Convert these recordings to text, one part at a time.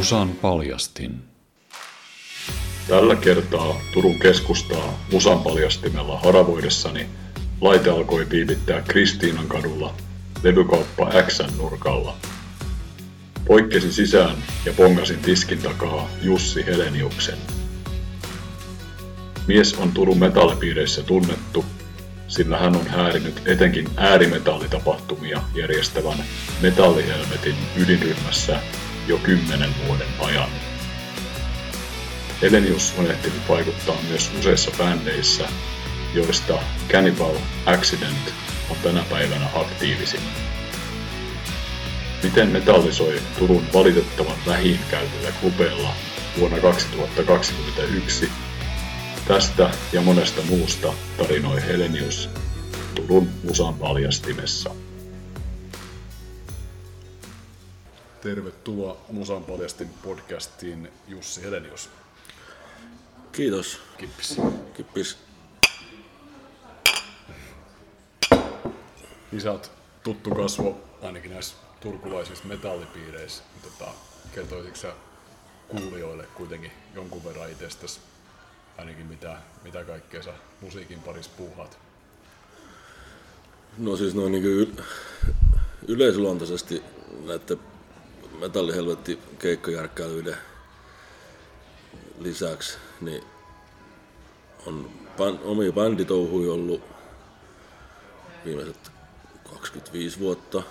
Musan paljastin. Tällä kertaa Turun keskustaa Musan paljastimella haravoidessani laite alkoi piipittää Kristiinan kadulla levykauppa X:n nurkalla. Poikkesin sisään ja pongasin tiskin takaa Jussi Heleniuksen. Mies on Turun metallipiireissä tunnettu, sillä hän on häärinyt etenkin äärimetallitapahtumia järjestävän Metallihelvetin ydinryhmässä jo 10 vuoden ajan. Helenius on ehtinyt vaikuttaa myös useissa bändeissä, joista Cannibal Accident on tänä päivänä aktiivisin. Miten metallisoi Turun valitettavan vähin käytöllä klubeilla vuonna 2021? Tästä ja monesta muusta tarinoi Helenius Turun Musan paljastimessa. Tervetuloa Musan paljastin podcastiin, Jussi Helenius. Kiitos. Kippis. Niin sä oot tuttu kasvo ainakin näissä turkulaisissa metallipiireissä. Kertoisitko sä kuulijoille kuitenkin jonkun verran itsestäsi, ainakin mitä kaikkea sä musiikin parissa puuhaat? No siis noin niin yleisluontoisesti näiden metallihelvetti keikkajärkkäilyiden lisäksi niin on omia bänditouhuja ollut viimeiset 25 vuotta.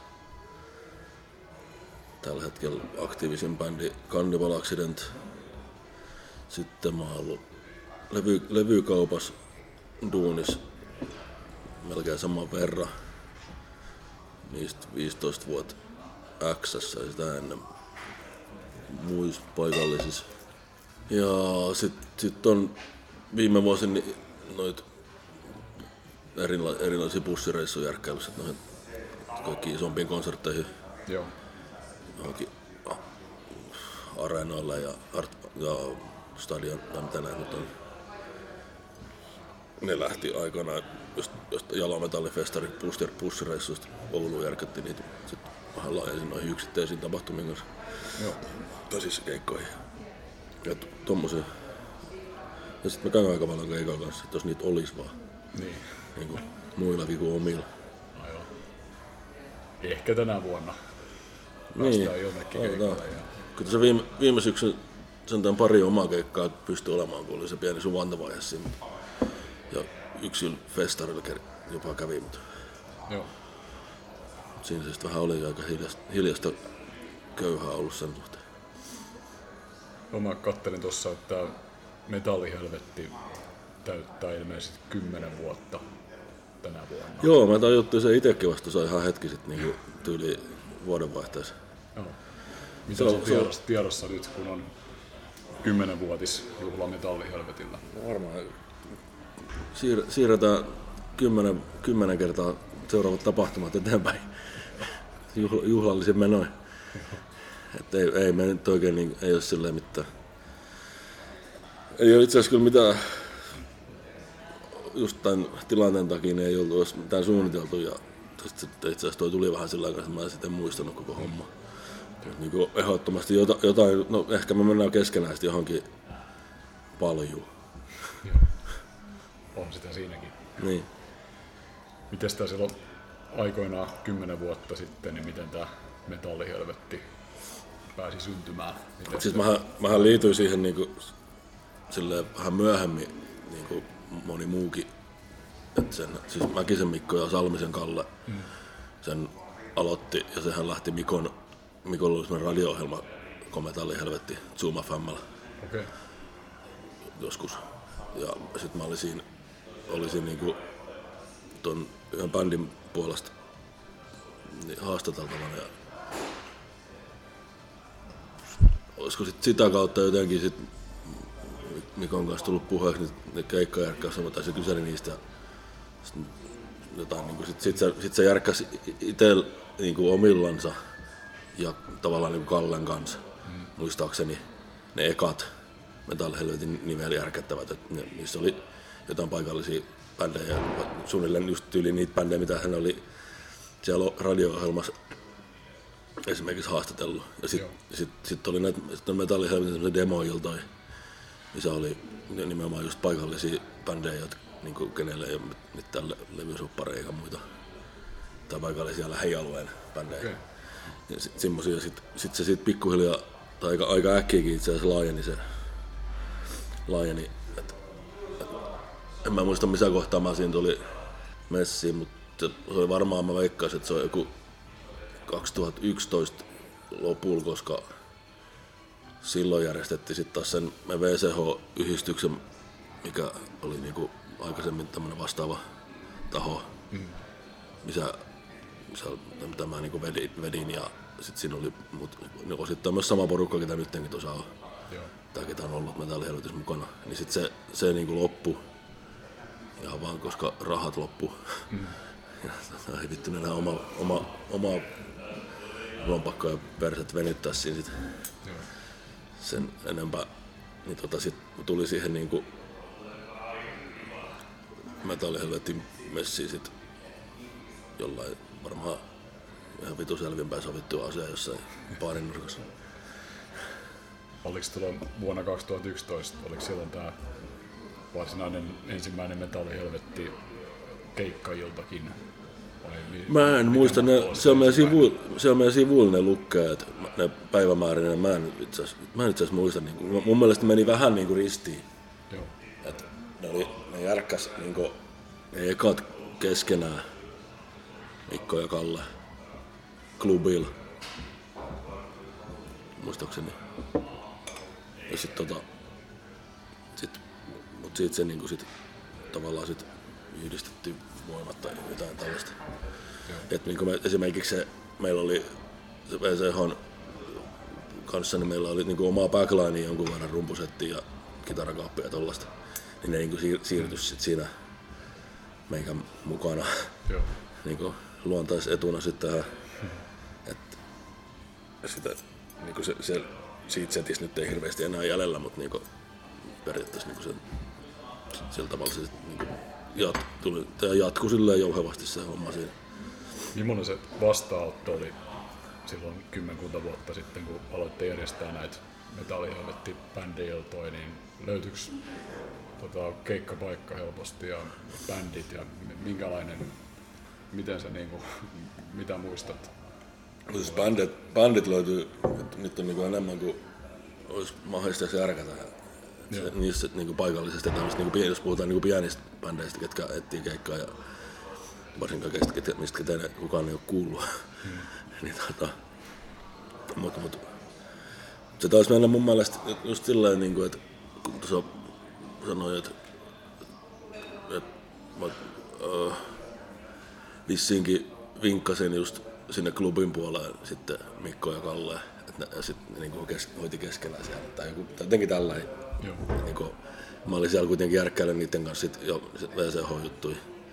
Tällä hetkellä aktiivisin bändi Cannibal Accident. Sitten mä oon ollut levykaupassa duunis melkein saman verran. Niistä 15 vuotta X:ssä ja sitä ennen muissa paikallisissa. Ja sit on viime vuosina noit erilaisia bussireissuja järkkäilyssä noihin kaikkiin isompiin konsertteihin. Joo. Johonkin areenoille ja stadion tai mitä näin nyt on. Ne lähti aikanaan just Jalometallifestarin bussireissuista Ouluun järkättiin niitä sit vähän laajensin noihin yksittäisiin tapahtumiin kanssa. Joo. Tai siis keikkoihin. Ja tommosia. Ja sit mä käyn aika paljon keikoilla kanssa, että jos niitä olis vaan. Niin kuin muillakin kuin omilla. No joo. Ehkä tänä vuonna päästään jonnekin keikoille. Kyllä se viime syksyn sentään pari omaa keikkaa pystyi olemaan, kun oli se pieni suvantavaihe siinä. Ja yksi festarilla jopa kävi, mutta joo. Siinä se vähän oli aika hiljasta köyhää ollut sen suhteen. No, mä kattelin tossa, että Metallihelvetti täyttää ilmeisesti 10 vuotta tänä vuonna. Joo, mä tajuttiin se itekin vasta sai ihan hetki sitten niin tyyli vuodenvaihteessa. Joo. Mitä on tiedossa nyt, kun on 10-vuotisjuhla Metallihelvetillä? No varmaan siirretään 10 kertaa seuraavat tapahtumat eteenpäin juhlallisin menoin. Että ei me nyt oikein niin, ei ole silleen mitään. Ei ole itse asiassa kyllä mitään, just tämän tilanteen takia niin ei ollut mitään suunniteltu ja sitten itse asiassa toi tuli vähän sillä tavalla, että mä en sitten muistanut koko homma. Niin kuin ehdottomasti jotain, no ehkä me mennään keskenään sitten johonkin paljuun. On sitä siinäkin. Niin. Mites tää silloin aikoinaan 10 vuotta sitten, niin miten tää Metallihelvetti pääsi syntymään? Siis mähän liityin siihen niinku silleen vähän myöhemmin niinku moni muukin. Et siis Mäkisen Mikko ja Salmisen Kalle sen aloitti ja sehän lähti Mikolla oli semmoinen radio-ohjelma kun Metallihelvetti Zoom FM:llä. Okay. Joskus. Ja sit mä olisin niinku ton yhden bändin puolesta niin haastateltavana ja olisiko sit sitä kautta jotenkin sit Mikon kanssa tullut puheeksi ne keikkajärkkäys tai se kyseli niistä jotain niinku sit se järkkäsi itse niinku omillansa ja tavallaan niinku Kallen kanssa muistaakseni ne ekat Metallihelvetin nimellä järkättävät, että niissä oli jotain paikallisia bändejä, suunnilleen just tyyli niitä bändejä, mitä hän oli siellä radio-ohjelmassa esimerkiksi haastatellut. Ja sit oli näitä Metallihelvetin semmoisia demoiltoja, missä oli nimenomaan just paikallisia bändejä, niinku, kenelle ei ole mitään levysoppareja eikä muita. Tai paikallisia lähialueen bändejä. Okay. Ja semmosia, sit se pikkuhiljaa, tai aika äkkiäkin itse asiassa laajeni. En mä muista missä kohtaa mä siinä tuli messiin, mutta se oli varmaan, mä veikkaisin, että se on joku 2011 lopulla, koska silloin järjestettiin sitten taas sen VCH-yhdistyksen, mikä oli niinku aikaisemmin tämmönen vastaava taho, missä mä niinku vedin ja sitten siinä oli osittain myös sama porukka, ketä nyttenkin tuossa on. Tai ketä on ollut Metallihelvetissä mukana. Niin sitten se niinku loppui. Ihan vaan koska rahat loppu. Ja ei vittu enää oma lompakko ja perset venyttää siinä sit sen enempää. Niin sit tuli siihen niinku Metallihelvetin messiin sit jollain varmaan ihan vitu selvinpäin sovittu asia jossain baarin nurkassa. Oliko tuolla vuonna 2011, oliko silloin tää varsinainen ensimmäinen Metallihelvetti keikkailtakin? Mä en muista, se on meidän sivuilla ne lukee, että ne päivämäärineen, mä en itse asiassa muista. Niin mun mielestä meni vähän niin kuin ristiin. Joo. Et ne järkkäs niin kuin, ne ekat keskenään, Mikko ja Kalle, klubilla, muistaakseni. Ja mut siitä se niinku tavallaan yhdistettiin voimat tai jotain tällaista. Et niinku esimerkiksi meillä oli se VCH:n kanssa, niin meillä oli niinku omaa backlinea jonkun verran rumpusettia ja kitarakaappia ja tollaista. Niin ne niinku siirtyi sit siinä meikän mukana niinku luontaisetuna sitten tähän. Sitä niinku siitä setistä nyt ei hirveästi enää jäljellä, mutta niinku periaatteessa niinku sillä tavalla se niinku jatkui silleen jouhevasti se homma siinä. Millainen se vastaanotto oli silloin 10 vuotta sitten, kun aloitte järjestää näitä Metallihelvetti-bändiiltoja, niin löytyykö keikkapaikka helposti ja bändit ja minkälainen, miten se niinku, mitä muistat? Siis bändit löytyy, nyt on niinku enemmän kuin olisi mahdollista järkätä. Niissä niinku paikallisesti, niinku, jos puhutaan niinku pienistä bändeistä, ketkä etsii keikkaa ja varsinkaan mistä kukaan ei ole kuullut. Niin, mut, se taisi mennä mun mielestä just silleen, niinku, että kun tuossa sanoin, että vissiinkin vinkkasin just sinne klubin puoleen sitten Mikko ja Kalle, että ne sitten niinku hoiti keskenään siellä tai jotenkin tällainen. Niinku, mä olin siellä kuitenkin järkkäillyt niiden kanssa sit jo VCH-juttui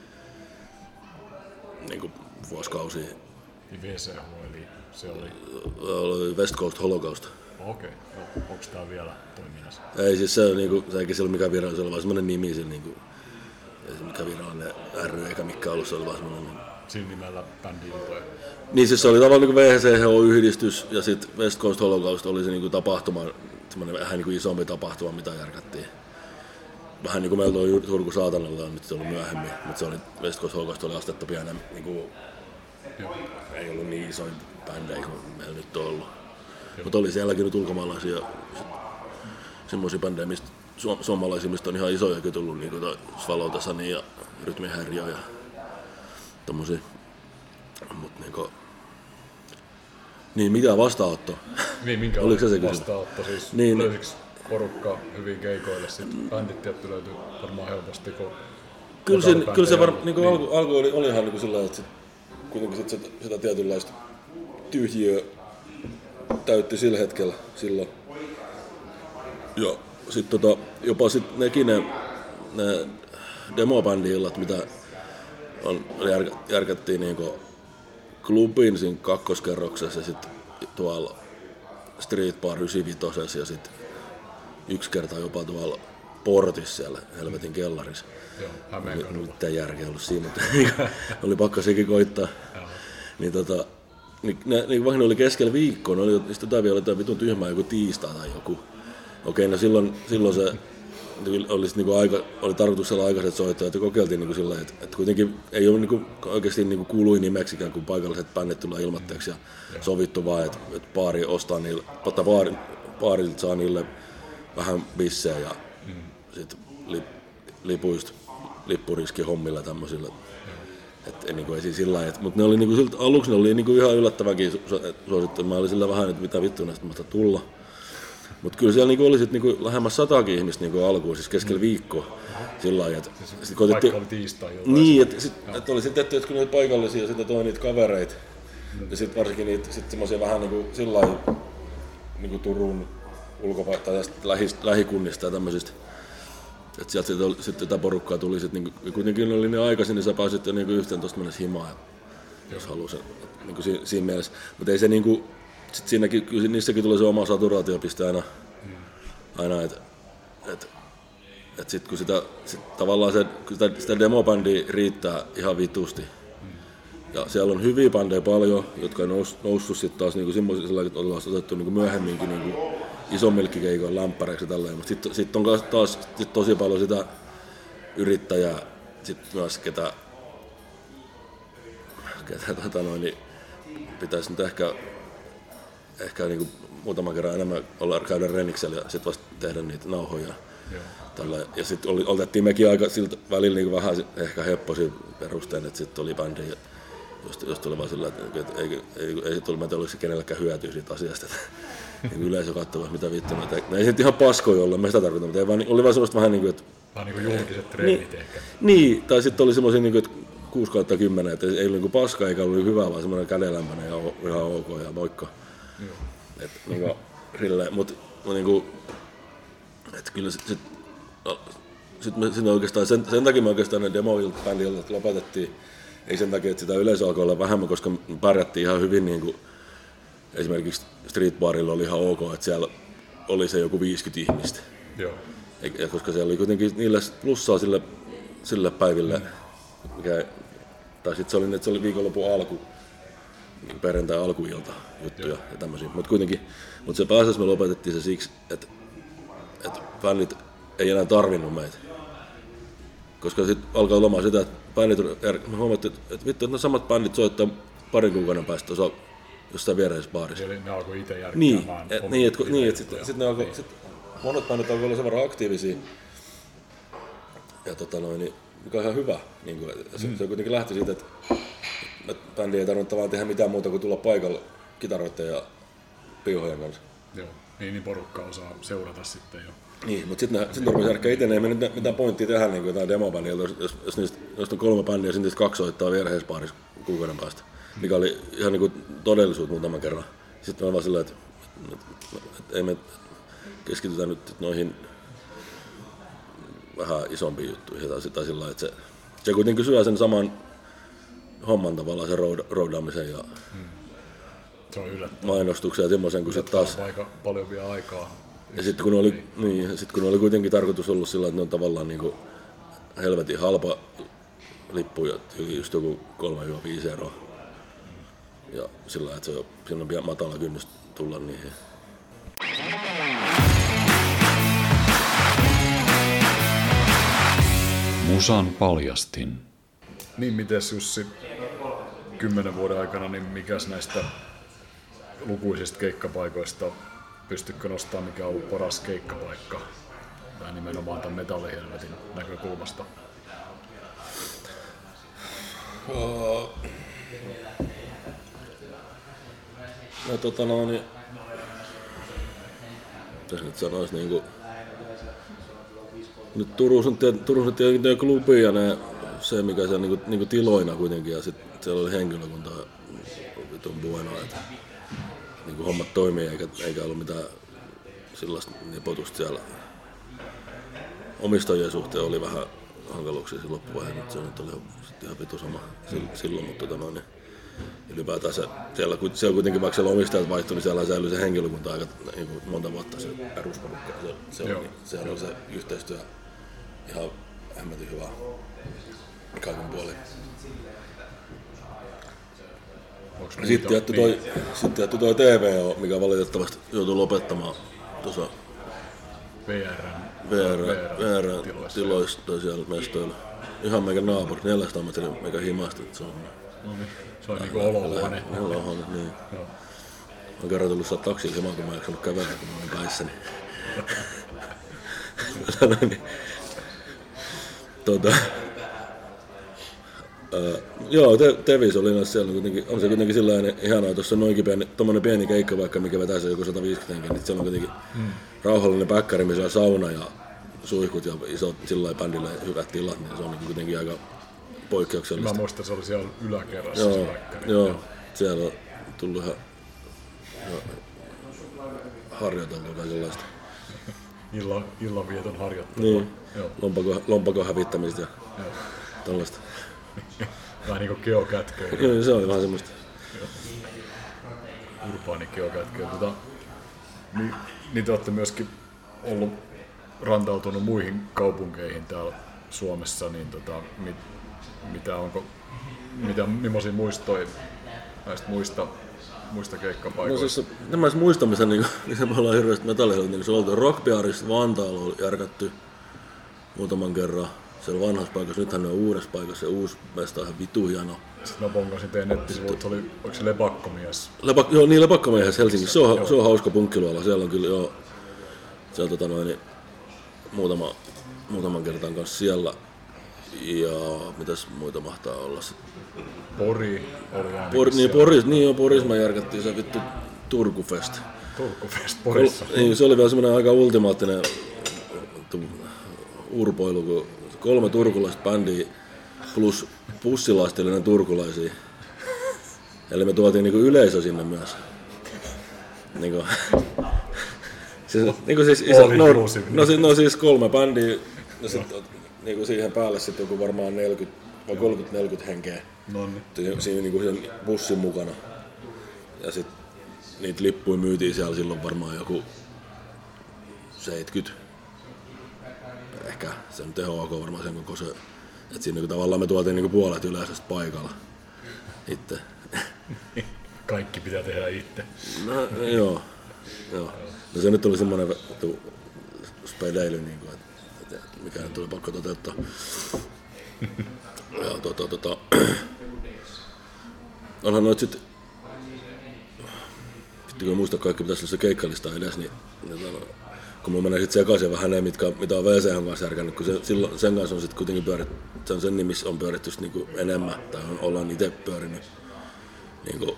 niinku vuosikausia. VCH eli se oli West Coast Holocaust. Okei. Onko tää vielä toiminnassa? Ei siis se on niinku, se eikä sillä mikään virallinen, se oli vaan semmonen nimi sillä niinku, ei se mikään virallinen ry eikä mikään ollut, se oli vaan semmonen niin. Siinä nimellä bändi-iltoja. Niin siis se oli tavallaan niinku VCH-yhdistys ja sit West Coast Holocaust oli se niinku tapahtuma, semmonen vähän niinku isompi tapahtuma, mitä järkättiin. Vähän niinku meillä tuo Turku Saatanalla on nyt ollut myöhemmin, mutta se oli West Coast Holocaust oli astetta pienen, niinku ei ollut niin isoin bändejä kuin meillä nyt on ollut. Mutta oli sielläkin nyt ulkomaalaisia semmoisia bändejä, mistä suomalaisia, mistä on ihan isojakin tullut, niinku toi Swallowtasani ja Rytmihäiriö ja tommosia. Mut niinku niin mikä vastaanotto? Niin, minkälainen vastaanotto siis? Niin, löysikö porukka hyvin keikoille sit? Bändit tietty löytyy varmaan helposti, kun kyllä se niinku niin. alku oli ihan niinku sillä että kuitenkin sitä tietynlaista tyhjiöä täytti sillä hetkellä silloin. Ja sit jopa sit nekin ne demobändi-illat, mitä järkättiin niinku klubin siinä kakkoskerroksessa ja sit tuolla Street Bar 95 ja sit yksi kerta jopa tuolla portissa siellä helvetin kellarissa. Joo, Hämeenkadulla. Mitään järkeä ollut siinä, mutta oli pakko sekin koittaa. Niin vaikka ne oli keskellä viikkoa, ne oli jotain vielä jotain vitun tyhmää joku tiistai tai joku. Okei, no silloin se oli tarkoituksella aikaiset soittajat ja kokeiltiin niin sillä, että kuitenkin ei ole niin oikeasti niin kuului nimeksikään, kun paikalliset bändit tulee ilmatteeksi ja sovittu vaan, että baari ostaa niille, baarilta saa niille vähän bissejä ja sitten lipuista lippuriskihommilla tämmöisillä. Että niin ei siis sillä lailla, mutta ne oli niin aluksi ne oli niin ihan yllättävänkin suosittu. Mä olin sillä vähän, että mitä vittu näistä mahtaa tulla. Mutta kyllä siellä niinku oli sit niinku lähemmäs 100 ihmistä niinku alkuun, siis keskellä viikkoa. Sillä lailla, että paikka oli tiistai. Niin, että oli sitten tehty kyllä paikallisia ja sitten toi niitä kavereita. Ja sitten varsinkin niitä sit semmoisia vähän niinku sillä lailla niinku Turun ulkopaikkaa tästä lähikunnista ja tämmöisistä. Että sieltä sitten tätä porukkaa tuli sitten niinku, kuitenkin oli niin aikaisin, niin sä pääsit jo niinku 11 mennessä himaan, jos haluaa niinku siinä mielessä. Mutta ei se niinku sitten siinäkin, kyllä niissäkin tulee se oma saturaatiopiste aina että sitten kun tavallaan sitä demobändiä riittää ihan vitusti. Ja siellä on hyviä bändejä paljon, jotka on noussut sitten taas niinku semmoisilla, että ollaan otettu niinku myöhemminkin niinku isommilkin keikoilla lämpäreiksi ja tälleen. Mutta sitten on taas tosi paljon sitä yrittäjää, sitten myös ketä niin pitäisi nyt ehkä niinku muutaman kerran enemmän käydä reniksellä ja sitten vasta tehdä niitä nauhoja. Ja sitten oltettiin mekin aika siltä välillä niinku vähän ehkä hepposia perusteen, että sitten oli bändi, jos tuli vaan sillä, että ei tullut olisi kenellekään hyötyä siitä asiasta. Yleisö katsoi, mitä vittu. Ei se ihan paskoja olla, mä sitä tarkoitan, mutta vaan, oli vaan semmoista vähän niin kuin, että vähän niin kuin julkiset treenit ehkä. Niin, tai sitten oli semmoisia niin kuin, että 6/10, että ei ollut niin paska eikä ollut hyvä, vaan semmoinen kädenlämpöinen ja ihan ok ja moikka. Että niin kuin silleen, mutta niin kuin, että kyllä sitten oikeastaan, sen takia me oikeastaan ne demo-bändiltä lopetettiin. Ei sen takia, että sitä yleisö alkoi olla vähemmän, koska pärjättiin ihan hyvin niin kuin, esimerkiksi Street Barilla oli ihan ok, että siellä oli se joku 50 ihmistä. Joo. Ja koska siellä oli kuitenkin niille plussaa sille päiville, tai sitten se oli, että se oli viikonlopun alku, niin perjantai alkuilta juttuja ja tämmöisiä. Mutta se pääasiassa me lopetettiin se siksi, että bändit ei enää tarvinnut meitä. Koska sitten alkaa olemaan sitä, että bändit, me huomattiin, että vittu, että ne samat bändit soittaa parin kuukauden päästä jossain viereisessä baarissa. Eli ne alkoi itse järkkäämään. Niin, että sitten ne alkoi, monet bändit alkoi olla sen verran aktiivisia. Ja mikä on ihan hyvä. Niin kuin, se kuitenkin lähti siitä, että bändi ei tarvinnut vaan tehdä mitään muuta kuin tulla paikalle kitaroiden ja piuhojen kanssa. Joo, niin porukka osaa seurata sitten jo. Niin, mutta sitten rupesi järkkää itse, ei mene mitään pointtia tehdä niin jotain demobändiltä, jos on 3 bändiä ja niistä 2 soittaa viereisessä baarissa kuukauden päästä, mikä oli ihan niin kuin todellisuus muutaman kerran. Sitten on vaan sillä, että ei me keskitytä nyt noihin vähän isompiin juttuihin tai sillä lailla, että se kuitenkin syö sen saman homman tavallaan, sen roudaamisen ja mainostuksen ja semmoisen, kun sitten taas aika paljon vielä aikaa. Ja sitten kun oli kuitenkin tarkoitus ollut sillä, että ne on tavallaan niin kuin helvetin halpa lippu, just joku 3-5 euroa. Ja sillä että siinä on pian matala kynnys tulla niihin. Musan paljastin. Niin, mites Jussi, 10 vuoden aikana, niin mikäs näistä lukuisista keikkapaikoista pystytkö nostamaan, mikä on ollut paras keikkapaikka tai nimenomaan tämän metallihelvetin näkökulmasta? Mitäs nyt sanois niinku nyt Turussa on tietenkin klubi ja se mikä se niinku tiloina kuitenkin ja sit siellä oli henkilökunta vitun buenoa, että niinku hommat toimii eikä ollut mitään sellaista nipotusta siellä. Omistajien suhteen oli vähän hankaluuksia siinä loppuvaiheessa, mutta se nyt oli ihan vitu sama silloin, mutta ylipäätään siellä kuitenkin vaikka siellä omistajat vaihtui, niin siellä säilyi se henkilökunta aika niin monta vuotta se perusporukka. Se oli se yhteistyö ihan hemmetin hyvä kaikin puolin. Sitten jätti toi TVO, mikä valitettavasti joutui lopettamaan tuossa VR-tiloissa tai siellä mestoilla. Ihan meikä naapuri, 400 metriä meikä himasta. Se on niinku olohuone. Olohuone, niin. Joo. Olen kerran tullut saa taksilla himaan, kun mä en jaksanut kävellä, kun mä olin päissäni. Joo, Tevis oli näissä siellä. On se kuitenkin sillainen ihanaa, että tuossa noinkin pieni keikka vaikka, mikä vetää se joku 150 henkeä, niin siellä on kuitenkin rauhallinen päkkäri, missä on sauna ja suihkut ja isot sillä bändille hyvät tilat, niin se on kuitenkin aika poikkeuksellista. Mä muistan, että se oli siellä yläkerrassa se päkkäri. Joo, siellä on tullut ihan harjoiteltua kaikenlaista. Illanvieton harjoittelua. Niin, lompakon hävittämistä ja tällaista. Vähän niinku geokätköä. Joo, se oli vähän semmoista. Urbaani geokätköä. Niin te olette myöskin ollut rantautunut muihin kaupunkeihin täällä Suomessa, niin millaisia muistoja näistä muista keikkapaikoista? No siis nämä muistamisen, niin me ollaan hirveästi metallihelvetin, niin se on oltu Rockbearissa Vantaalla on järkätty muutaman kerran siellä vanhassa paikassa. Nythän ne on uudessa paikassa ja uusi mesta on ihan vitu hieno. Sitten mä bongasin teidän nettisivuilta, oliko se Lepakkomies? Joo, niin Lepakkomies Helsingissä. Se on hauska punkkiluola. Siellä on kyllä joo, siellä muutaman kertaan kanssa siellä. Ja mitäs muita mahtaa olla sitten? Pori oli ainakin Porissa me järkättiin se vittu Turkufest. Turkufest Porissa. Niin, se oli vielä semmoinen aika ultimaattinen urpoilu, kun 3 turkulaista bändiä plus pussilaistillinen turkulaisia. Eli me tuotiin niinku yleisö sinne myös. Siis 3 bändiä ja sitten niinku siihen päälle sitten joku varmaan 30-40 henkeä. Siinä niinku sen bussin mukana. Ja sit niitä lippuja myytiin siellä silloin varmaan joku 70. Ehkä se on ihan ok varmaan sen koko se. Et siinä niinku tavallaan me tuotiin niinku puolet yleisöstä paikalla itse. Kaikki pitää tehdä itse. No joo. No se nyt oli semmonen spedeily niinku, että mikä nyt tuli pakko toteuttaa. Ja onhan noit sit, kun mä muistan kaikki pitäis olla se keikkalista edes, niin kun mä menen sit sekaisin vähän ne, mitä on VC:n kanssa järkännyt, kun sen kanssa on sit kuitenkin pyöritty, se on sen nimissä on pyöritty sit niinku enemmän, tai ollaan ite pyörinyt niinku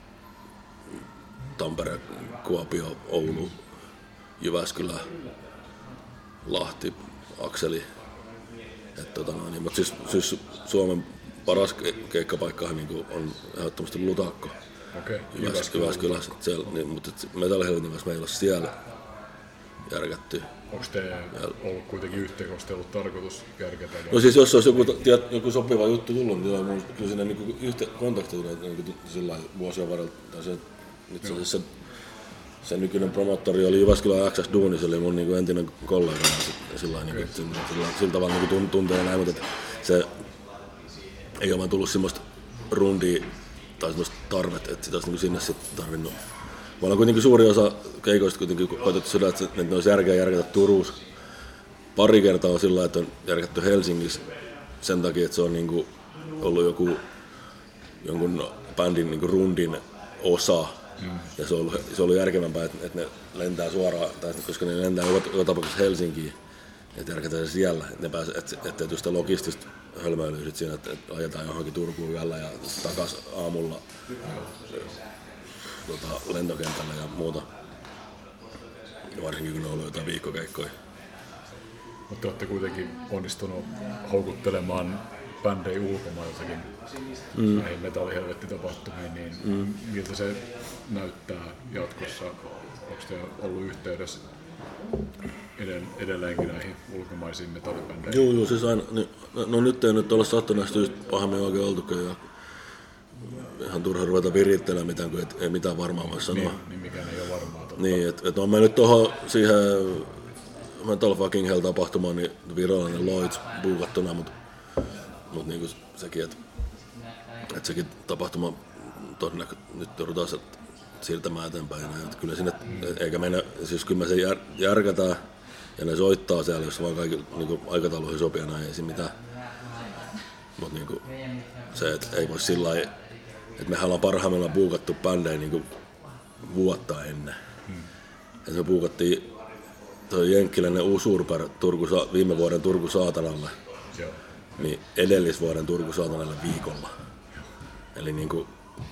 Tampere, Kuopio, Oulu, Jyväskylä, Lahti, Akseli. Mutta siis Suomen paras keikkapaikkahan niinku on ehdottomasti Lutakko. Okei, Jyväskylä. Mutta Metallihelvetin kanssa me ei ole siellä järkätty. Onko te ollut kuitenkin yhteen, onko te ollut tarkoitus järkätä? No siis jos olisi joku sopiva juttu tullut, niin kyllä siinä niinku kontaktoida niinku sillä vuosien varrella. Se nykyinen promottori oli Jyväskylän XS Duuni, se oli mun niinku entinen kollega. Sillä tavalla niinku tuntee näin, mutta se ei ole vaan tullut semmoista rundia tai semmoista tarvetta, että sitä olisi niinku sinne sitten tarvinnut. Me ollaan kuitenkin suuri osa keikoista kuitenkin koetettu sillä, että ne olisi järkeä järkätä Turussa. Pari kertaa on sillä, että on järkätty Helsingissä sen takia, että se on niinku ollut jonkun bändin niinku rundin osa. Ja se on ollut järkevämpää, että ne lentää suoraan, tai koska ne lentää joka tapauksessa Helsinkiin, että järkätään se siellä, että ne pääsee, ettei tule sitä logistista hölmöilyä sit siinä, että ajetaan johonkin Turkuun yöllä ja takas aamulla lentokentällä ja muuta. Ja varsinkin kun ne on ollut jotain viikkokeikkoja. Mutta olette kuitenkin onnistunut houkuttelemaan bändejä ulkomailtakin näihin metallihelvettitapahtumiin, niin miltä se näyttää jatkossa? Onko te ollut yhteydessä edelleenkin näihin ulkomaisiin metallibändeihin? Joo, siis aina. No nyt ei nyt ole sattuneesta syystä pahemmin oikein oltukaan. Ja ihan turha ruveta virittelemään mitään, kun ei mitään varmaa voi sanoa. Niin mikään ei ole varmaa. Totta. Niin, että on mennyt siihen Metal Fucking Hell -tapahtumaan, niin virallinen Lloyds buukattuna, mutta niinku sekin, että sekin tapahtuma nyt joudutaan siirtämään eteenpäin. Että kyllä sinne, eikä mennä, siis kyllä me se järkätään ja ne soittaa siellä, jos vaan kaikki niin aikatauluihin sopii, näin ei siinä mitään. Mutta niin se, että ei voi sillä lailla, että mehän ollaan parhaimmillaan buukattu bändejä niin vuotta ennen. Ja me buukattiin toi jenkkiläinen Usurper viime vuoden Turku Saatanalle, niin edellisvuoden Turku Saatanalle viikolla. Eli niinku,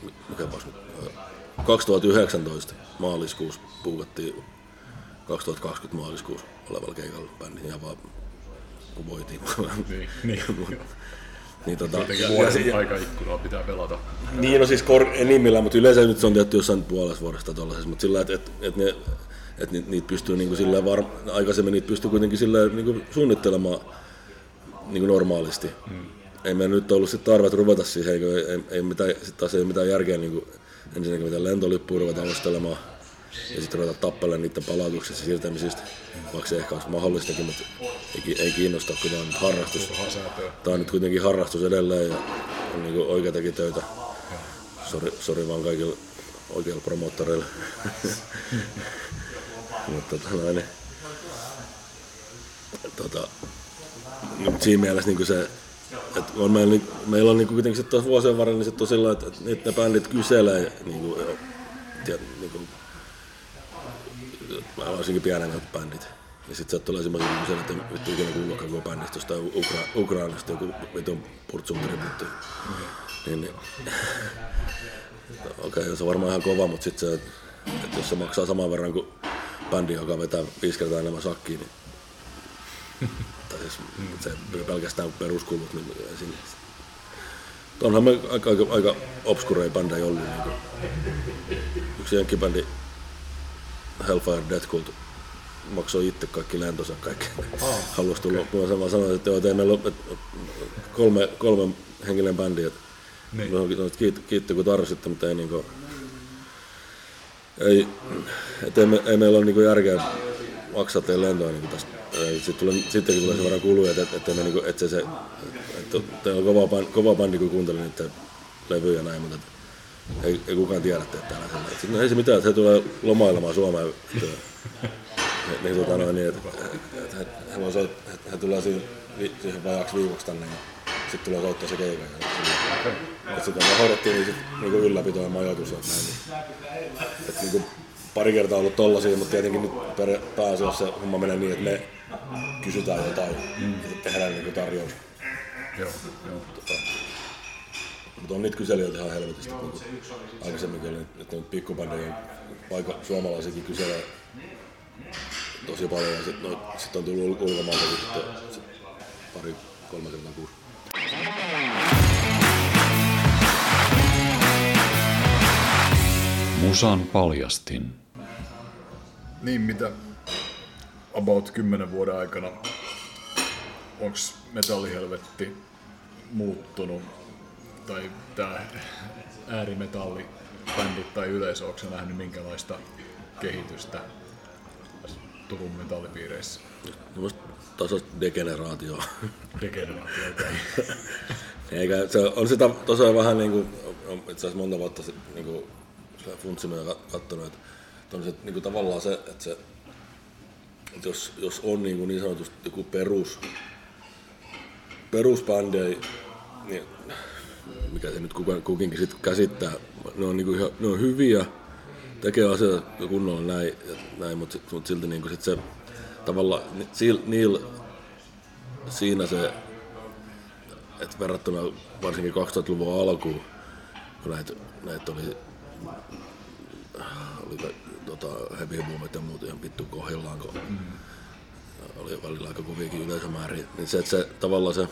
2019 maaliskuussa puukattiin 2020 maaliskuussa olevalla keikalla bändi ihan vaan kun voitiin. Niin. Vuoden aikaikkunaa pitää pelata. Niin, no siis enimmillään, mutta yleensä nyt se on tehty jossain puolessa vuodesta tuollaisessa, mutta sillä että niitä pystyy niinku aikaisemmin niitä pystyy kuitenkin niinku suunnittelemaan niinku normaalisti. Ei meillä nyt ollut sit tarve ruveta siihen, ei mitään järkeä niinku ensinnäkin mitään lentolippuja ruveta ostelemaan ja sitten ruveta tappelemaan niiden palautuksista ja siirtämisistä, vaikka se ehkä olisi mahdollistakin, mutta ei kiinnosta, kun tämä on nyt harrastus. Tämä on nyt kuitenkin harrastus edelleen ja on niinku oikeatakin töitä. Sori vaan kaikille oikeille promoottoreille. Mutta siinä mielessä niinku se, että meillä on niinku kuitenkin sit vuosien varrella niin on sillä, että ne bändit kyselee niinku varsinkin pienemmät bändit. Ja sit sieltä tulee semmoisia kyselee, että vittu ikinä kuulukaan koko bändistä tai Ukrainasta joku vitun purtsumperiputti. Niin. Okei, se on varmaan ihan kova, mutta sit se, että jos se maksaa saman verran kuin bändi, joka vetää 5 kertaa enemmän sakkiin, niin tai siis se pelkästään peruskulut, niin siinä. Onhan me aika obskureja bändejä ollut. Niin yksi jenkkibändi, Hellfire Death Cult, maksoi itse kaikki lentonsa kaikki. Halusi tulla. Mä vaan sanoin, että meillä on 3 henkilön bändi. Kiitti kun tarvisitte, mutta ei meillä ole niinku järkeä maksaa teidän lentoa niinku tästä. Sittenkin tulee sen verran kuluja, että teillä on kova bändi, kun kuuntelin niitä levyjä ja näin, mutta ei kukaan tiedä, että täällä sellainen. No ei se mitään, että he tulee lomailemaan Suomeen. He tulee siihen vajaaksi viikoksi tänne ja sitten tulee soittaa se keika. Sitten me hoidettiin niin ylläpito ja majoitus ja näin. Niin pari kertaa ollut tollasia, mutta tietenkin nyt pääasiassa se homma menee niin, että me kysytään jotain ja tehdään niin tarjous. Joo. Mutta on niitä kyselijöitä ihan helvetisti. Niin aikaisemminkin oli, että nyt pikkubändejä, vaikka suomalaisiakin kyselee tosi paljon. Ja sitten on tullut ulkomailta sitten 2-3 kertaa kuusi. Musan paljastin. Niin, mitä about 10 vuoden aikana onks metallihelvetti muuttunut tai tää äärimetallibändit tai yleisö, onko sä nähnyt minkälaista kehitystä Turun metallipiireissä? Tasoista degeneraatioa. Degeneraatio, okei. Eikä, se on sitä tosiaan vähän niinku, itse asiassa monta vuotta niinku funtsinut ja katsonut, että on se niinku tavallaan se, että jos on niin sanotusti joku perusbändejä, niin mikä se nyt kukinkin sit käsittää, ne on hyviä, tekee asioita kunnolla näin mutta silti niinku sit se tavallaan niillä siinä se, että verrattuna varsinkin 2000-luvun alkuun, kun näitä oli heavy boomit ja muut ihan vittu kohdillaan, kun oli välillä aika koviakin yleisömääriä, niin se, että se tavallaan se,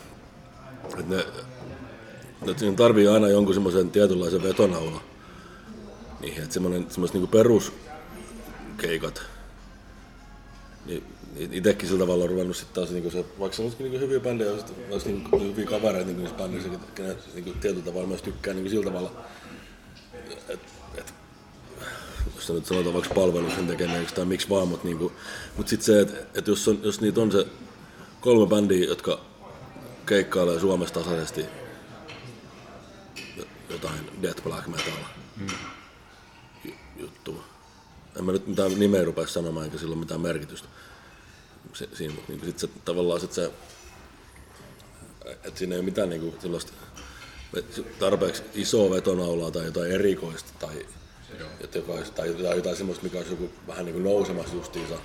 että siinä tarvii aina jonkun semmoisen tietynlaisen vetonaula niihin, että semmoiset niinku peruskeikat, niin itsekin sillä tavalla on ruvennut sitten taas niinku se, vaikka se olisikin niinku hyviä bändejä, olisi niinku hyviä kavereita niinku niissä bändissä, kenen niinku tietyllä tavalla myös tykkää niinku sillä tavalla, jos nyt sanotaan vaikka palveluksen tekemään tai miksi vaan, mutta sitten se, että jos niitä on se 3 bändiä, jotka keikkailee Suomessa tasaisesti jotain death black metal, juttu. En mä nyt mitään nimeä rupea sanomaan, eikä sillä ole mitään merkitystä. Siinä, mutta niin sit se, tavallaan se, että siinä ei ole mitään niin kuin sellaista tarpeeksi isoa vetonaulaa tai jotain erikoista tai jotain semmoista, mikä olisi joku vähän niin kuin nousemassa justiinsa.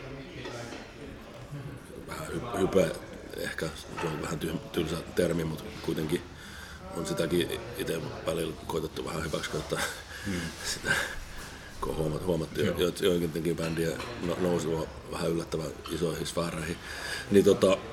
Vähän hype, ehkä se on vähän tylsä termi, mutta kuitenkin on sitäkin itse välillä koitettu vähän hyväksikäyttää sitä, kun on huomattu joidenkin bändien nousua vähän yllättävän isoihin sfääreihin. Niin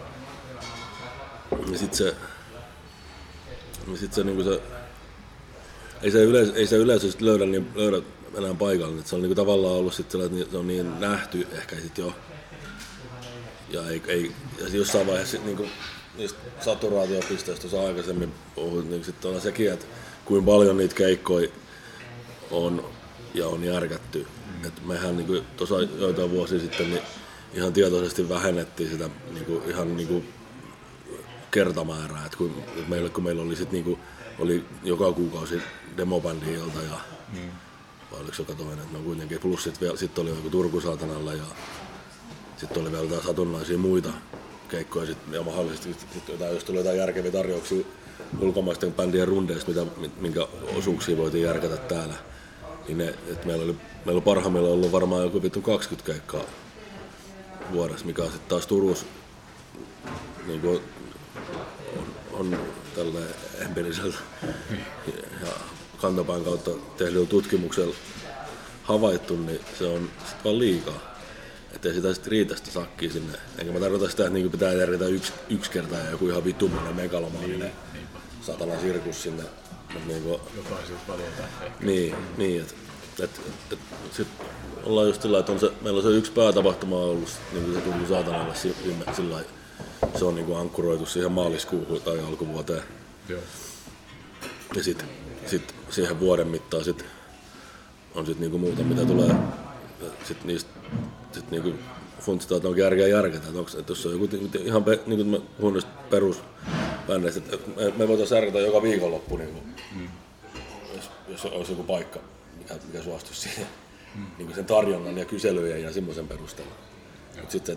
sit se niinku se ei se yleisö sit löydä enää paikalle, että se on niinku tavallaan ollut sit sellainen, että se on niin nähty ehkä sit jo. Ja jossain vaiheessa niinku niistä saturaatiopisteistä tuossa aikaisemmin puhuin, niin sitten on sekin, että kuinka paljon niitä keikkoja on ja on järkätty. Et mehän niinku tuossa joitain vuosia sitten niin ihan tietoisesti vähennettiin sitä niinku, ihan niinku kertamäärää, että kun meillä oli sit niinku, oli joka kuukausi demobändi ilta ja vai oliko joka toinen, että no kuitenkin plus sit oli joku Turku Saatanalla ja sitten oli vielä satunnaisia muita keikkoja ja mahdollisesti jos tuli jotain järkeviä tarjouksia ulkomaisten bändien rundeista, minkä osuuksia voitiin järkätä täällä. Niin meillä oli parhaimmillaan ollut varmaan joku 20 keikkaa vuodessa, mikä sitten taas Turussa niin on tälleen empiirisellä ja kantapään kautta tehdyllä tutkimuksella havaittu, niin se on sitten vaan liikaa. Että ei sitä sitten riitä sitä sakkia sinne. Enkä mä tarkoita sitä, että niinku pitää järjetä yksi kerta ja joku ihan vittumainen megalomaaninen satana sirkus sinne. Niinku, jotain siitä väliltä ehkä. Niin että sit ollaan just sillä, että meillä on se yksi päätapahtuma ollut, niin kuin se tuntuu Saatanalla sillä se on niinku ankkuroitu siihen maaliskuuhun tai alkuvuoteen. Joo. Ja sit siihen vuoden mittaan on sit niinku muuta, mitä tulee. Sit niistä sit niinku funtsitaan, että onko järkeä järketä. Että jos on joku ihan niin kuin mä puhun näistä perusbändeistä, että me voitaisiin järketä joka viikonloppu, niinku, jos olisi joku paikka, mikä suostuisi siihen. Niinku sen tarjonnan ja kyselyjen ja semmoisen perusteella. Mutta sitten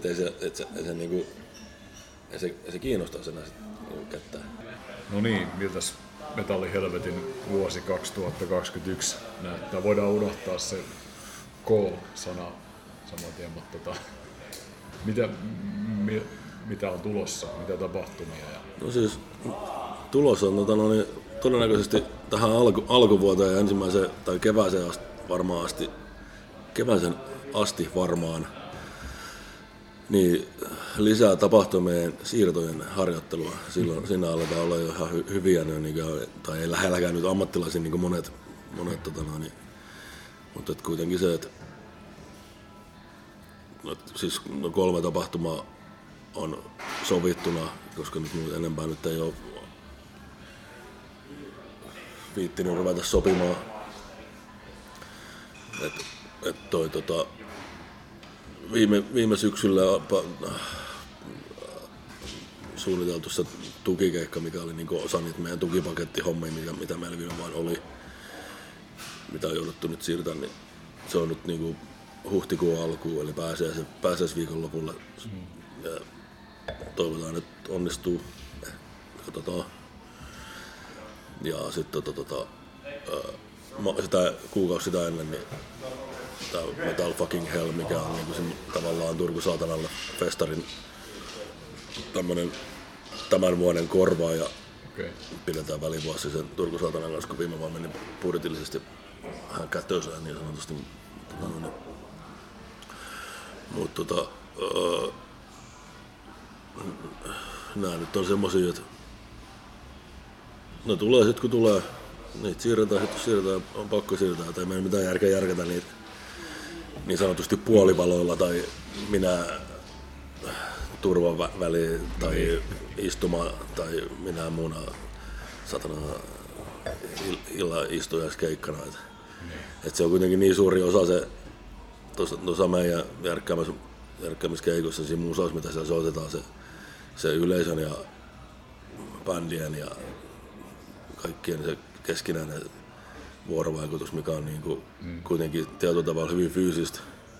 ei se kiinnostaa sen kättää. No niin, miltäs Metallihelvetin vuosi 2021 näyttää? Voidaan unohtaa se K-sana saman tien, mutta mitä on tulossa, mitä tapahtumia? No siis tulos on todennäköisesti tähän alkuvuoteen ja ensimmäiseen tai kevääseen asti varmaan niin lisää tapahtumien siirtojen harjoittelua. Silloin siinä aletaan olla jo ihan hyviä, tai ei lähelläkään nyt ammattilaisia niin kuin monet mutta kuitenkin se, että siis 3 tapahtumaa on sovittuna, koska nyt enempää nyt ei ole viittinyt ruveta sopimaan. Viime syksyllä suunniteltu se tukikeikka, mikä oli niin osa niitä meidän tukipakettihommia, mitä meillä vielä vaan oli, mitä on jouduttu nyt siirtämään, niin se on nyt niin huhtikuun alkuun, eli pääsee viikonlopulle. Ja toivotaan, että onnistuu. Katsotaan. Ja sitten sitä kuukausi sitä ennen, niin tämä Metal Fucking Hell, mikä on niin kuin tavallaan Turku Saatanalla festarin tämän vuoden korvaaja. Okay. Pidetään välivuosi sen Turku Saatanan kanssa, kun viime vuonna meni budjetillisesti vähän kätösään niin sanotusti. Mutta nämä nyt on semmosia, että ne tulee sit kun tulee, niitä siirretään, on pakko siirtää, tai meillä ei mitään järkeä järkätä niitä niin sanotusti puolivaloilla tai minä turvan väliin tai istuma tai minä muuna satana illan istujaiskeikkana. Et se on kuitenkin niin suuri osa se tuossa meidän järkkäämiskeikossa siinä musaus, mitä siellä soitetaan, se yleisön ja bändien ja kaikkien se keskinäinen vuorovaikutus, mikä on niinku kuitenkin tietyllä tavalla hyvin fyysistä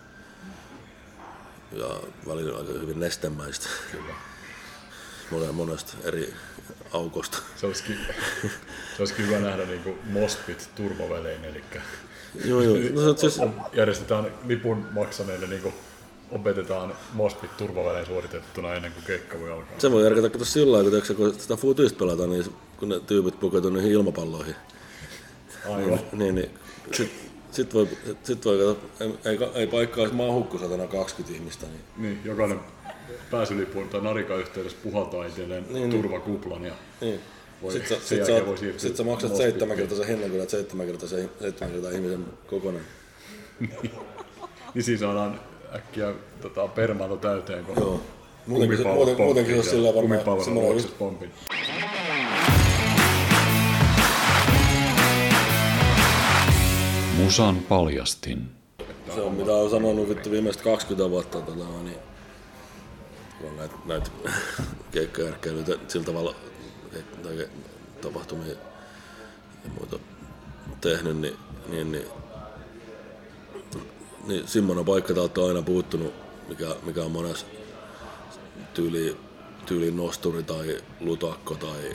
ja välillä aika hyvin nestemäistä. Kyllä. Monesta eri aukosta. Se olisikin hyvä nähdä niinku mospit turvavelein, eli joo. No, siis järjestetään lipun maksaneille, niinku opetetaan mospit turvavelein suoritettuna ennen kuin keikka voi alkaa. Se voi järkätä kato sillä lailla, kun sitä futista pelataan, niin kun ne tyypit pukeutuu niihin ilmapalloihin. Aivan. Niin. Sit voi kato, ei paikkaa olisi mahukku 120 ihmistä. Niin, jokainen pääsylipun tai narikan yhteydessä puhaltaa itselleen turvakuplan ja Sitten sä maksat 7-kertaisen hinnan, kun 7-kertaisen ihmisen kokonaan. Niin siinä saadaan äkkiä permano täyteen, kun joo. Muutenkin olisi sillä varmaan semmoinen pompin. Musan paljastin. Se on mitä olen sanonut vittu viimeiset 20 vuotta, niin kun on näitä keikkajärkkeilyitä sillä tavalla tapahtumia ja muita tehnyt, niin semmoinen paikka täältä on aina puuttunut, mikä on monessa tyyliin nosturi tai lutakko tai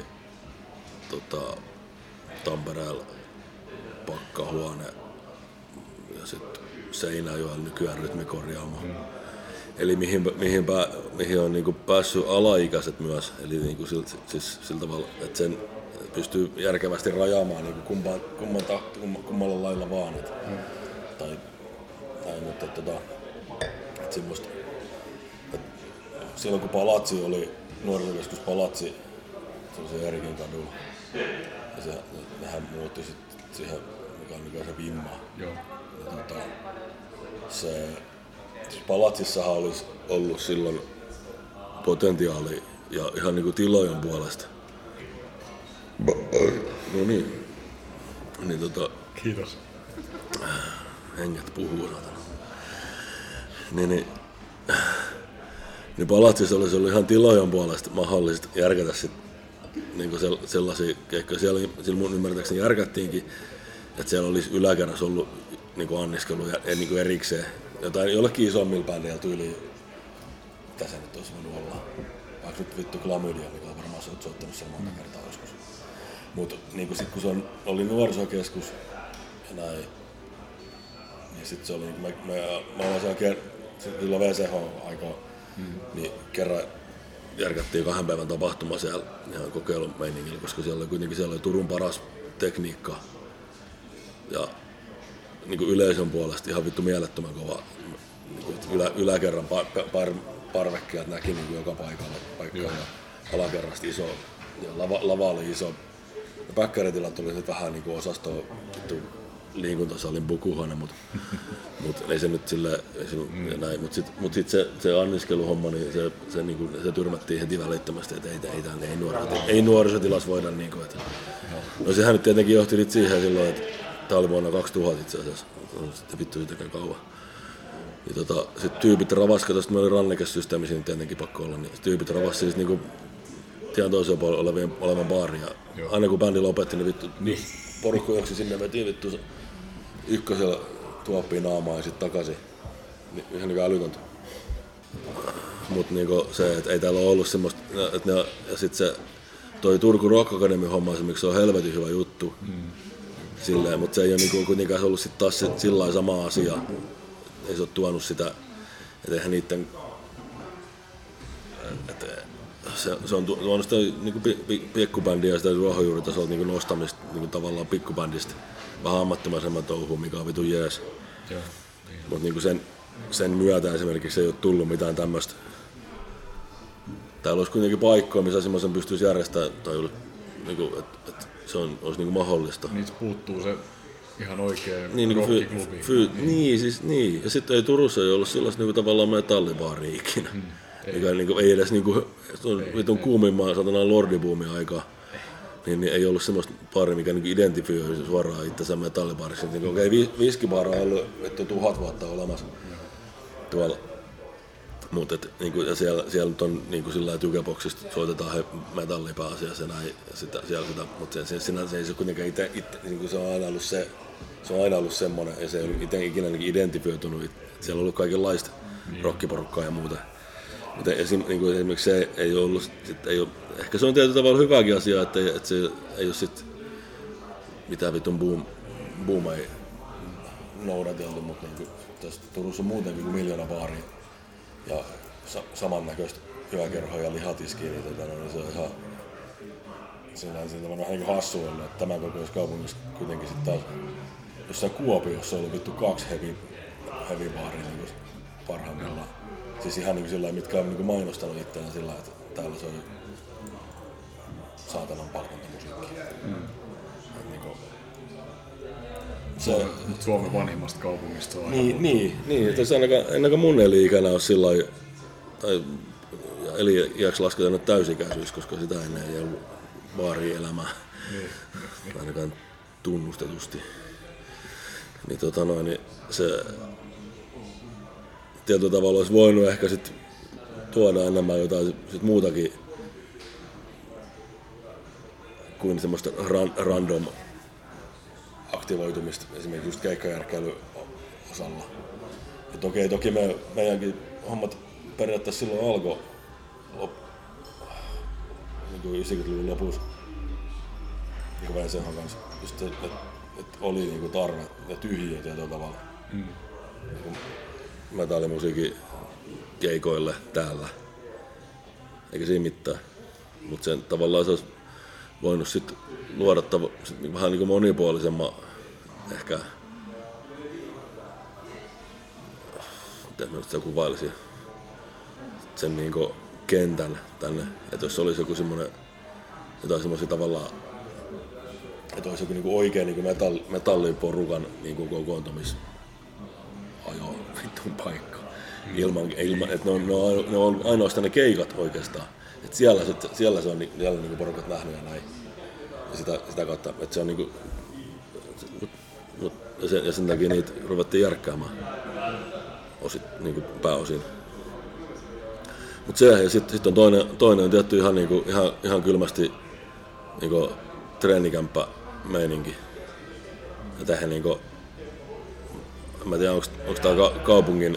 Tampereella pakkahuone ja sitten Seinäjoella nykyään rytmikorjaamo. Eli mihin on niinku päässyt alaikäiset myös, eli niinku sillä tavalla, että sen pystyy järkevästi rajaamaan niinku kummalla lailla vaan. Tai mutta että semmoista. Silloin kun Palatsi oli, nuorisokeskus Palatsi, se oli se Erikin kadulla. Ja nehän muutti sitten siihen, mikä on nykyään se Vimma. Joo. Ja Palatsissahan olisi ollut silloin potentiaali ja ihan niinku tilojen puolesta. No niin. Kiitos. Henget puhuu satana. Niin Palatsissa olisi ollut ihan tilojen puolesta mahdollista järkätä sit niinku sellaisia keikkoja. Siellä mun ymmärtääkseni järkättiinkin, että siellä olisi yläkerrassa ollut niinku anniskelu ja niinku erikseen. Jotain jollekin isommilla bändeillä tyyliin, mitä se nyt olisi voinut olla. Vaikka nyt vittu Klamydia, mikä on varmaan soittanut siellä monta kertaa joskus. Mutta niin sit kun se oli nuorisokeskus ja näin, niin sit se oli, mä olin siellä silloin VCH-aikaa, niin kerran järkättiin 2 päivän tapahtuma siellä ihan kokeilumeiningillä, koska siellä oli Turun paras tekniikka ja niin yleisön puolesta ihan vittu mielettömän kova niin yläkerran parvekkeet näki niin joka paikalla ja alakerrasta iso ja lava oli iso. Ja päkkäritilat oli sitten vähän niin osasto liikuntasalin pukuhuone, mutta ei se nyt silleen näin. Mutta sitten se anniskeluhomma, niin se tyrmättiin heti välittömästi, että ei nuorisotilas voida niin kuin, että no sehän nyt tietenkin johti nyt siihen silloin, että tää oli vuonna 2000 itse asiassa, sitten vittu siitäkään kauan. Niin sit tyypit ravasi, tosta meillä oli rannekesysteemi siinä tietenkin pakko olla, niin tyypit ravasi siis niinku tien toisella puolella olevan baaria. Aina kun bändi lopetti, niin vittu porukku joksi sinne veti vittu ykkösellä tuoppiin naamaa ja sit takaisin. Ihan niinku älytöntä. Mut niinku se, et ei täällä ole ollut semmoista, ja sit se toi Turku Rock Academy homma esimerkiksi, se on helvetin hyvä juttu. Silleen, mutta se ei ole niinku kuitenkaan ollut sit taas sillä sama asia. Ei se ole tuonut sitä, että eihän niitten, se on tuonut sitä niinku pikkubändiä ja sitä ruohonjuuritasolta niinku nostamista niinku tavallaan pikkubändistä vähän ammattimaisemman touhuun, mikä on vitu jees. Mutta niinku sen myötä esimerkiksi ei ole tullut mitään tämmöistä. Täällä olisi kuitenkin paikkoja, missä semmoisen pystyisi järjestämään, tai niinku, että se olisi niinku mahdollista. Niitä puuttuu se ihan oikea niin, rockiklubi. Niin. Ja sitten ei Turussa ei ollut sellaista niinku tavallaan metallibaari ikinä. Mikä niinku, ei edes niinku, vitun kuumimman satanaan lordiboomin aikaa. Niin ei ollut semmoista baaria, mikä niinku identifioi suoraan itsensä metallibaariksi. Niinku, okei, viskibaara on ollut vittu 1000 vuotta olemassa tuolla. Mutta niinku, ja siellä nyt on niinku sillä lailla jukeboxista soitetaan metalli pääasiassa ja näin, mutta se ei se kuitenkaan itse niinku se on aina ollut se se on aina ollut semmoinen, ja se ei ollut ikinä identifioitunut, että siellä on ollut kaikenlaista rockiporukkaa ja muuta. Mutta esimerkiksi se ei ollut, ehkä se on tietyllä tavalla hyvääkin asia, että se ei ole sit mitään vitun boom ei noudateltu, mutta niin tässä Turussa on muutenkin kuin 1 miljoona baaria ja samannäköistä yökerhoja ja lihatiskiä, niin, niin se on ihan siinä on vähän niin hassu ollut, että tämän kokoisessa kaupungissa kuitenkin sitten taas jossain Kuopiossa on ollut vittu 2 heavy baaria niin parhaimmillaan. Siis ihan niin sillä mitkä on niin mainostanut itseään sillä että täällä se on saatanan palkonta musiikkia. Niin Suomen vanhimmasta kaupungista on niin, että se ainakaan mun eli-ikänä ole sillä lailla, tai eli-iäksi lasketaan täysikäisyys, koska sitä ennen ei ollut baarielämää, ainakaan tunnustetusti. Niin, niin se tietyllä tavalla olisi voinut ehkä sit tuoda enemmän jotain sit muutakin kuin semmoista random aktivoitumista, esimerkiksi just keikkajärkkäilyn osalla. Et okei, toki meidänkin hommat periaatteessa silloin alkoi niin 90-luvun lopussa niin Vensehan kanssa, just että oli niinku tarve ja tyhjiö tietyllä tavalla. Niin metallimusiikin keikoille täällä. Eikä siinä mitään. Mutta sen tavallaan se olisi voinut sit luoda vähän niinku monipuolisemman ehkä, miten mä sitä kuvailisin, sen niinku kentän tänne. Että jos olisi joku semmoinen, jotain semmoisia tavallaan, että olisi joku niinku oikein niinku metalliporukan niinku kokoontumis ajo vittun paikka. Ilman, että ne on ainoastaan ne keikat oikeastaan. Et siellä se on niinku porukat nähnyt ja näin. Ja sitä kautta, että se on niinku, ja sen takia niitä ruvettiin järkkäämään niinku pääosin. Mut se ja sit on toinen on tietty ihan kylmästi niinku treenikämppä meininki. Ja tähän niinku, en tiedä onko tää kaupungin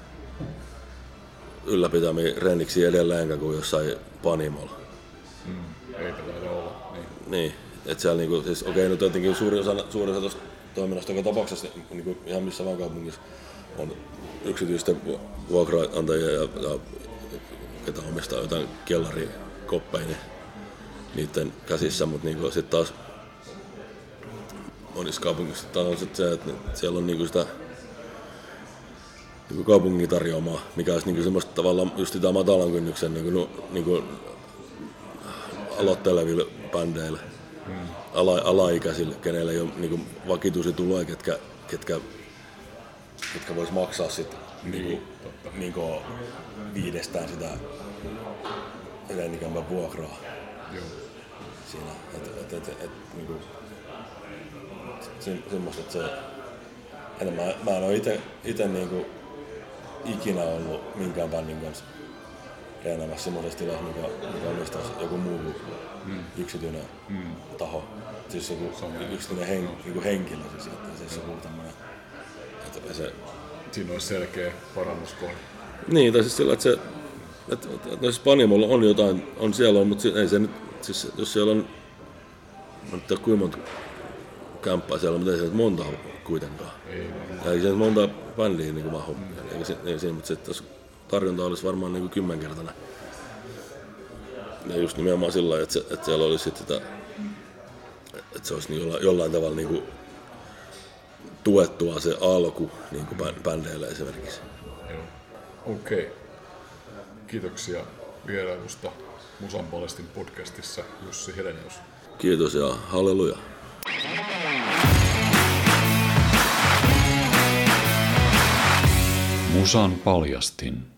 ylläpitämiä renniksiä edelleenkään kuin jossain Panimolla. Eipä taida olla. Niin, että siellä niinku, siis okei, nyt jotenkin suurin osa tuosta toiminnasta joka tapauksessa niinku ihan missä vaan kaupungissa on yksityisten vuokraantajia ja ketä omistaa jotain kellarikoppeja, niin niiden käsissä, mutta niinku sit taas monissa kaupungissa on se, että siellä on niinku sitä niinku kaupungin tarjoamaa, mikä olisi niinku semmoista tavallaan just sitä matalan kynnyksen niinku aloitteleville bändeille, alaikäisille, kenelle ei ole niinku vakituisia tuloja, ketkä vois maksaa sit niinku viidestään sitä edellikämpän vuokraa. Joo. Siinä, niinku semmoista, että se mä en oo ite niinku ikinä ollut minkään bändin kanssa treenaamassa semmoisessa tilassa, mikä omistaisi joku muu yksityinen taho. Siis joku yksityinen niinku henkilö, siis, että se on joku tämmönen. Siinä olisi selkeä parannuskohde. Niin, tai siis sillä, että se noissa Panimolla on jotain, on siellä, mutta ei se nyt, siis jos siellä on, mä en tiedä kuinka monta kämppää siellä on, mutta ei se nyt monta ole kuitenkaan. Ei se nyt monta bändiä niin mahu, mutta se, että tarjonta olisi varmaan niin 10-kertainen. Ja just nimenomaan sillä lailla, että siellä olisi sit sitä, että se olisi niin jollain tavalla niin kuin tuettua se alku niin kuin bändeille esimerkiksi. Joo. Okei. Kiitoksia vierailusta Musan Palestin podcastissa, Jussi Helenius. Kiitos ja halleluja. Musan paljastin.